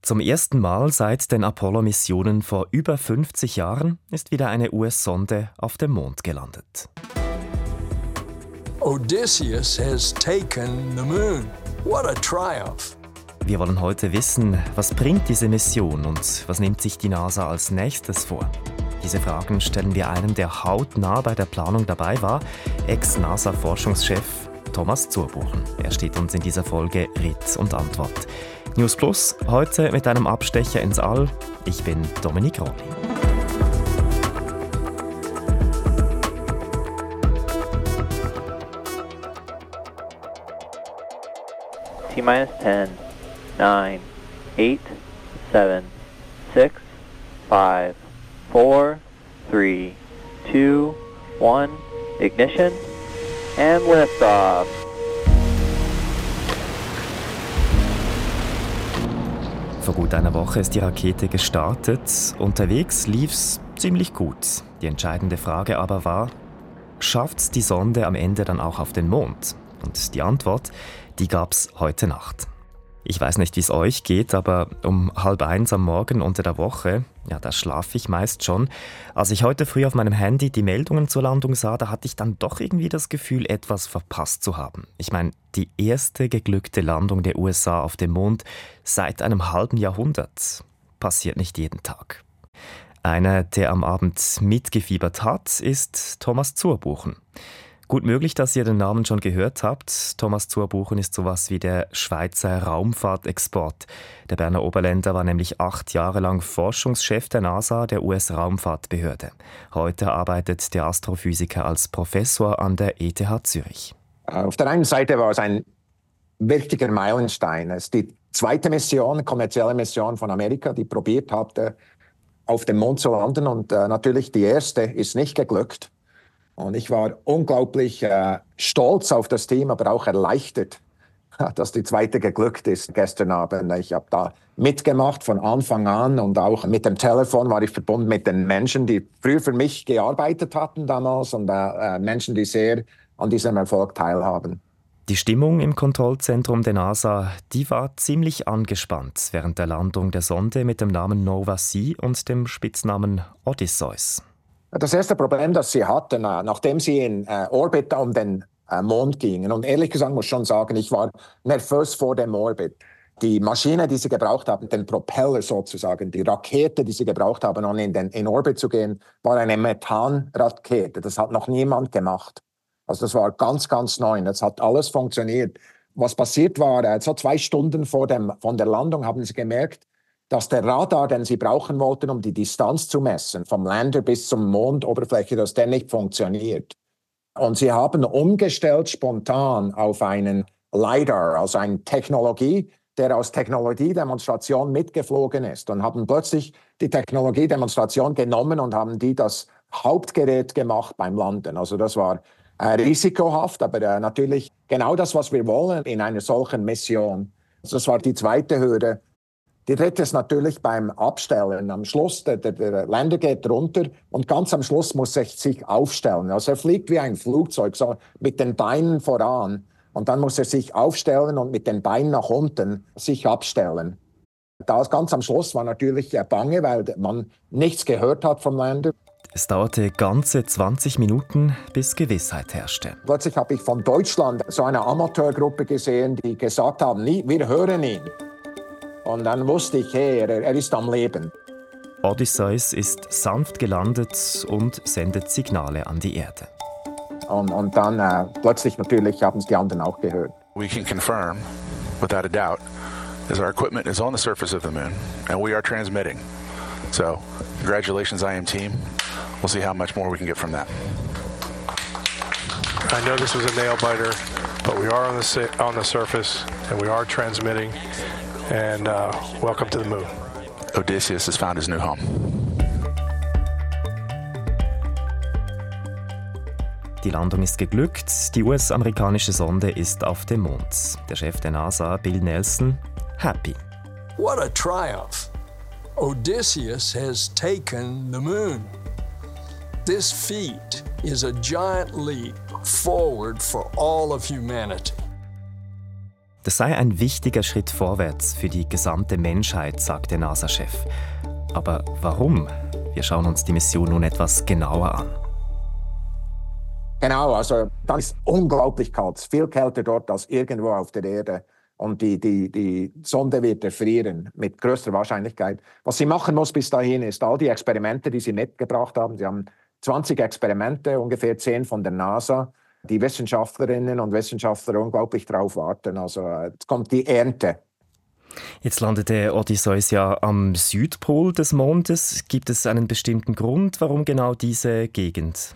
Zum ersten Mal seit den Apollo-Missionen vor über 50 Jahren ist wieder eine US-Sonde auf dem Mond gelandet. Odysseus has taken the moon. What a triumph! Wir wollen heute wissen, was bringt diese Mission und was nimmt sich die NASA als nächstes vor? Diese Fragen stellen wir einem, der hautnah bei der Planung dabei war, Ex-NASA-Forschungschef Thomas Zurbuchen. Er steht uns in dieser Folge Rit und Antwort. News Plus, heute mit einem Abstecher ins All. Ich bin Dominik Rolli. T-minus 10, 9, 8, 7, 6, 5, 4, 3, 2, 1, ignition, and liftoff. Vor gut einer Woche ist die Rakete gestartet. Unterwegs lief's ziemlich gut. Die entscheidende Frage aber war, schafft's die Sonde am Ende dann auch auf den Mond? Und die Antwort, die gab's heute Nacht. Ich weiß nicht, wie es euch geht, aber um 12:30 am Morgen unter der Woche, ja, da schlafe ich meist schon. Als ich heute früh auf meinem Handy die Meldungen zur Landung sah, da hatte ich dann doch irgendwie das Gefühl, etwas verpasst zu haben. Ich meine, die erste geglückte Landung der USA auf dem Mond seit einem halben Jahrhundert. Passiert nicht jeden Tag. Einer, der am Abend mitgefiebert hat, ist Thomas Zurbuchen. Gut möglich, dass ihr den Namen schon gehört habt. Thomas Zurbuchen ist sowas wie der Schweizer Raumfahrtexport. Der Berner Oberländer war nämlich 8 Jahre lang Forschungschef der NASA, der US-Raumfahrtbehörde. Heute arbeitet der Astrophysiker als Professor an der ETH Zürich. Auf der einen Seite war es ein wichtiger Meilenstein. Es ist die zweite Mission, kommerzielle Mission von Amerika, die probiert hat, auf dem Mond zu landen. Und natürlich die erste ist nicht geglückt. Und ich war unglaublich stolz auf das Team, aber auch erleichtert, dass die zweite geglückt ist gestern Abend. Ich habe da mitgemacht von Anfang an und auch mit dem Telefon war ich verbunden mit den Menschen, die früher für mich gearbeitet hatten damals und Menschen, die sehr an diesem Erfolg teilhaben. Die Stimmung im Kontrollzentrum der NASA, die war ziemlich angespannt während der Landung der Sonde mit dem Namen Nova-C und dem Spitznamen Odysseus. Das erste Problem, das sie hatten, nachdem sie in Orbit um den Mond gingen, und ehrlich gesagt muss ich schon sagen, ich war nervös vor dem Orbit. Die Maschine, die sie gebraucht haben, den Propeller sozusagen, die Rakete, die sie gebraucht haben, um in Orbit zu gehen, war eine Methanrakete. Das hat noch niemand gemacht. Also das war ganz, ganz neu. Das hat alles funktioniert. Was passiert war, so 2 Stunden von der Landung haben sie gemerkt, dass der Radar, den sie brauchen wollten, um die Distanz zu messen, vom Lander bis zum Mondoberfläche, dass der nicht funktioniert. Und sie haben umgestellt spontan auf einen LiDAR, also eine Technologie, der aus Technologiedemonstration mitgeflogen ist, und haben plötzlich die Technologiedemonstration genommen und haben die das Hauptgerät gemacht beim Landen. Also das war risikohaft, aber natürlich genau das, was wir wollen in einer solchen Mission. Also das war die zweite Hürde. Die dritte ist natürlich beim Abstellen. Am Schluss, der Lander geht runter und ganz am Schluss muss er sich aufstellen. Also er fliegt wie ein Flugzeug, so mit den Beinen voran. Und dann muss er sich aufstellen und mit den Beinen nach unten sich abstellen. Das ganz am Schluss war natürlich bange, weil man nichts gehört hat vom Lander. Es dauerte ganze 20 Minuten, bis Gewissheit herrschte. Plötzlich habe ich von Deutschland so eine Amateurgruppe gesehen, die gesagt haben, wir hören ihn. Und dann wusste ich, hey, er ist am Leben. Odysseus ist sanft gelandet und sendet Signale an die Erde. Und dann plötzlich natürlich haben es die anderen auch gehört. We can confirm, without a doubt, is our equipment is on the surface of the moon and we are transmitting. So, congratulations, IM team. We'll see how much more we can get from that. I know this was a nail biter, but we are on the surface and we are transmitting. And welcome to the moon. Odysseus has found his new home. Die Landung ist geglückt, die US-amerikanische Sonde ist auf dem Mond. Der Chef der NASA, Bill Nelson, happy. What a triumph! Odysseus has taken the moon. This feat is a giant leap forward for all of humanity. Das sei ein wichtiger Schritt vorwärts für die gesamte Menschheit, sagt der NASA-Chef. Aber warum? Wir schauen uns die Mission nun etwas genauer an. Genau, also da ist unglaublich kalt, viel kälter dort als irgendwo auf der Erde. Und die Sonde wird erfrieren, mit größter Wahrscheinlichkeit. Was sie machen muss bis dahin, ist all die Experimente, die sie mitgebracht haben. Sie haben 20 Experimente, ungefähr 10 von der NASA. Die Wissenschaftlerinnen und Wissenschaftler unglaublich drauf warten. Also jetzt kommt die Ernte. Jetzt landete Odysseus ja am Südpol des Mondes. Gibt es einen bestimmten Grund, warum genau diese Gegend?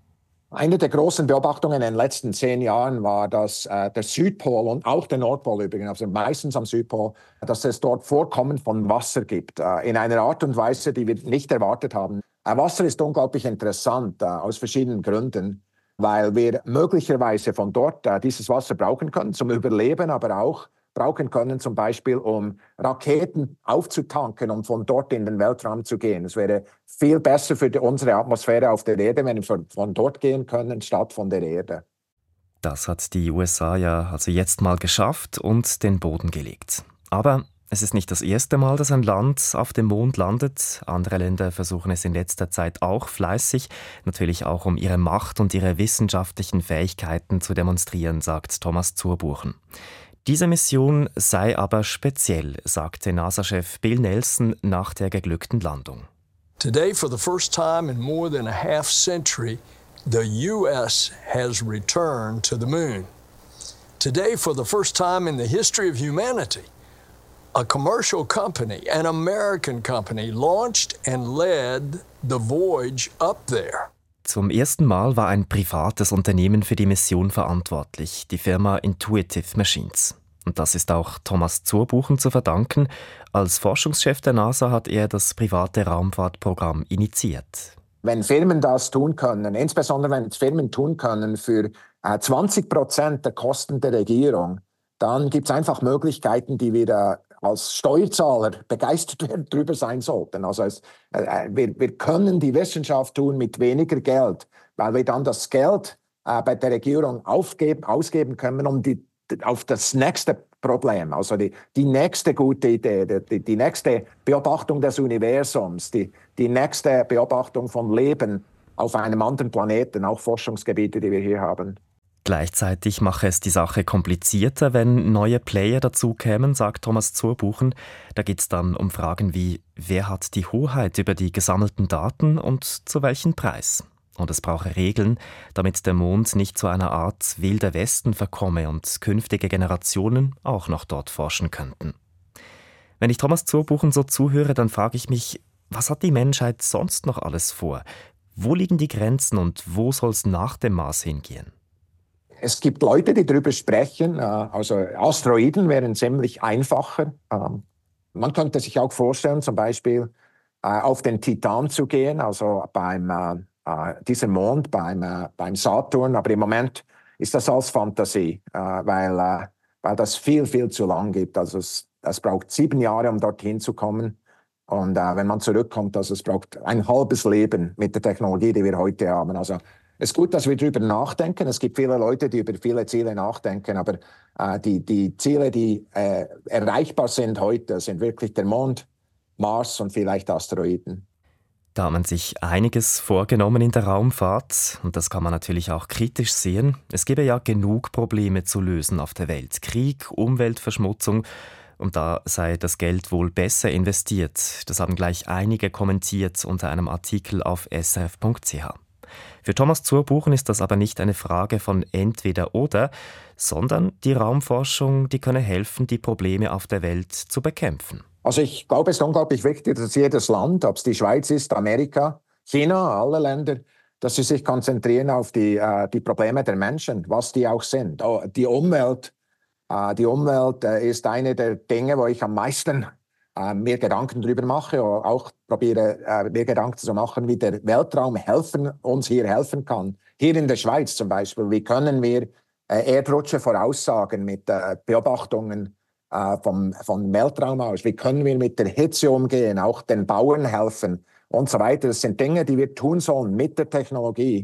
Eine der großen Beobachtungen in den letzten 10 Jahren war, dass der Südpol und auch der Nordpol übrigens, also meistens am Südpol, dass es dort Vorkommen von Wasser gibt, in einer Art und Weise, die wir nicht erwartet haben. Wasser ist unglaublich interessant, aus verschiedenen Gründen, weil wir möglicherweise von dort dieses Wasser brauchen können zum Überleben, aber auch brauchen können, zum Beispiel um Raketen aufzutanken, um von dort in den Weltraum zu gehen. Es wäre viel besser für unsere Atmosphäre auf der Erde, wenn wir von dort gehen können, statt von der Erde. Das hat die USA ja also jetzt mal geschafft und den Boden gelegt. Aber es ist nicht das erste Mal, dass ein Land auf dem Mond landet. Andere Länder versuchen es in letzter Zeit auch fleißig, natürlich auch um ihre Macht und ihre wissenschaftlichen Fähigkeiten zu demonstrieren, sagt Thomas Zurbuchen. Diese Mission sei aber speziell, sagte NASA-Chef Bill Nelson nach der geglückten Landung. Today, for the first time in more than a half century, the U.S. has returned to the moon. Today, for the first time in the history of humanity, a commercial company, an American company, launched and led the voyage up there. Zum ersten Mal war ein privates Unternehmen für die Mission verantwortlich, die Firma Intuitive Machines. Und das ist auch Thomas Zurbuchen zu verdanken. Als Forschungschef der NASA hat er das private Raumfahrtprogramm initiiert. Wenn Firmen das tun können, insbesondere wenn Firmen tun können für 20% der Kosten der Regierung, dann gibt es einfach Möglichkeiten, die wir als Steuerzahler begeistert darüber sein sollten. Also wir können die Wissenschaft tun mit weniger Geld, weil wir dann das Geld bei der Regierung ausgeben können, um auf das nächste Problem, also die nächste gute Idee, die nächste Beobachtung des Universums, die nächste Beobachtung von Leben auf einem anderen Planeten, auch Forschungsgebiete, die wir hier haben. Gleichzeitig mache es die Sache komplizierter, wenn neue Player dazukämen, sagt Thomas Zurbuchen. Da geht es dann um Fragen wie, wer hat die Hoheit über die gesammelten Daten und zu welchem Preis? Und es brauche Regeln, damit der Mond nicht zu einer Art wilder Westen verkomme und künftige Generationen auch noch dort forschen könnten. Wenn ich Thomas Zurbuchen so zuhöre, dann frage ich mich, was hat die Menschheit sonst noch alles vor? Wo liegen die Grenzen und wo soll es nach dem Mars hingehen? Es gibt Leute, die darüber sprechen. Also Asteroiden wären ziemlich einfacher. Man könnte sich auch vorstellen, zum Beispiel auf den Titan zu gehen, also beim dieser Mond, beim Saturn. Aber im Moment ist das als Fantasie, weil das viel, viel zu lang gibt. Also es braucht 7 Jahre, um dorthin zu kommen. Und wenn man zurückkommt, also es braucht ein halbes Leben mit der Technologie, die wir heute haben. Also es ist gut, dass wir darüber nachdenken. Es gibt viele Leute, die über viele Ziele nachdenken, aber die Ziele, die erreichbar sind heute, sind wirklich der Mond, Mars und vielleicht Asteroiden. Da hat man sich einiges vorgenommen in der Raumfahrt und das kann man natürlich auch kritisch sehen. Es gäbe ja genug Probleme zu lösen auf der Welt. Krieg, Umweltverschmutzung und da sei das Geld wohl besser investiert. Das haben gleich einige kommentiert unter einem Artikel auf srf.ch. Für Thomas Zurbuchen ist das aber nicht eine Frage von entweder oder, sondern die Raumforschung, die könne helfen, die Probleme auf der Welt zu bekämpfen. Also ich glaube, es ist unglaublich wichtig, dass jedes Land, ob es die Schweiz ist, Amerika, China, alle Länder, dass sie sich konzentrieren auf die Probleme der Menschen, was die auch sind. Die Umwelt ist eine der Dinge, wo ich am meisten mir Gedanken darüber mache, auch probiere mir Gedanken zu machen, wie der Weltraum uns hier helfen kann. Hier in der Schweiz zum Beispiel, wie können wir Erdrutsche voraussagen mit Beobachtungen vom Weltraum aus? Wie können wir mit der Hitze umgehen, auch den Bauern helfen und so weiter? Das sind Dinge, die wir tun sollen mit der Technologie,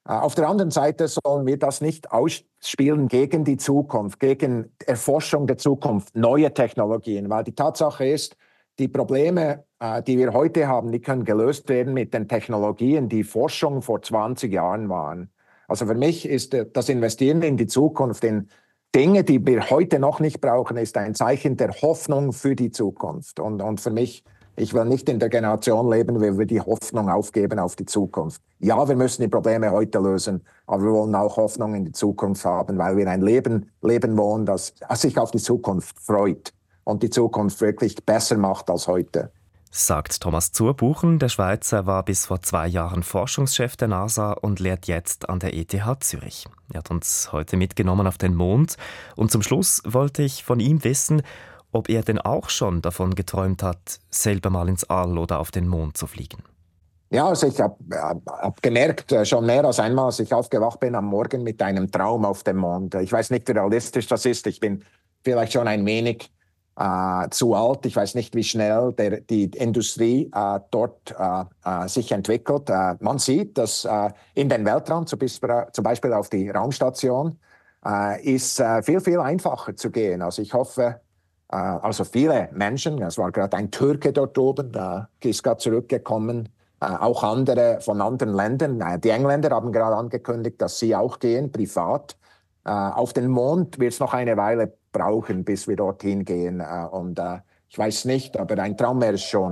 Auf der anderen Seite sollen wir das nicht ausspielen gegen die Zukunft, gegen Erforschung der Zukunft, neue Technologien, weil die Tatsache ist, die Probleme, die wir heute haben, die können gelöst werden mit den Technologien, die Forschung vor 20 Jahren waren. Also für mich ist das Investieren in die Zukunft, in Dinge, die wir heute noch nicht brauchen, ist ein Zeichen der Hoffnung für die Zukunft. Und für mich, ich will nicht in der Generation leben, wo wir die Hoffnung aufgeben auf die Zukunft. Ja, wir müssen die Probleme heute lösen, aber wir wollen auch Hoffnung in die Zukunft haben, weil wir ein Leben wollen, das sich auf die Zukunft freut und die Zukunft wirklich besser macht als heute. Sagt Thomas Zurbuchen. Der Schweizer war bis vor 2 Jahren Forschungschef der NASA und lehrt jetzt an der ETH Zürich. Er hat uns heute mitgenommen auf den Mond. Und zum Schluss wollte ich von ihm wissen, ob er denn auch schon davon geträumt hat, selber mal ins All oder auf den Mond zu fliegen. Ja, also ich hab gemerkt, schon mehr als einmal, als ich aufgewacht bin am Morgen mit einem Traum auf dem Mond. Ich weiß nicht, wie realistisch das ist. Ich bin vielleicht schon ein wenig zu alt. Ich weiß nicht, wie schnell die Industrie dort sich entwickelt. Man sieht, dass in den Weltraum, zum Beispiel auf die Raumstation, ist viel einfacher zu gehen. Also ich hoffe, also viele Menschen, es war gerade ein Türke dort oben, da ist gerade zurückgekommen, auch andere von anderen Ländern. Die Engländer haben gerade angekündigt, dass sie auch gehen, privat. Auf den Mond wird es noch eine Weile brauchen, bis wir dorthin gehen. Und ich weiß nicht, aber ein Traum wäre es schon.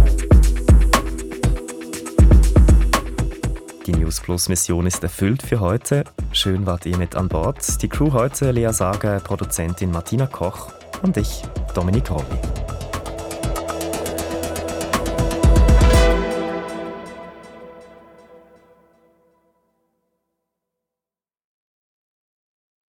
Die News Plus Mission ist erfüllt für heute. Schön wart ihr mit an Bord. Die Crew heute: Lea Sager, Produzentin Martina Koch und ich, Dominik Rolli.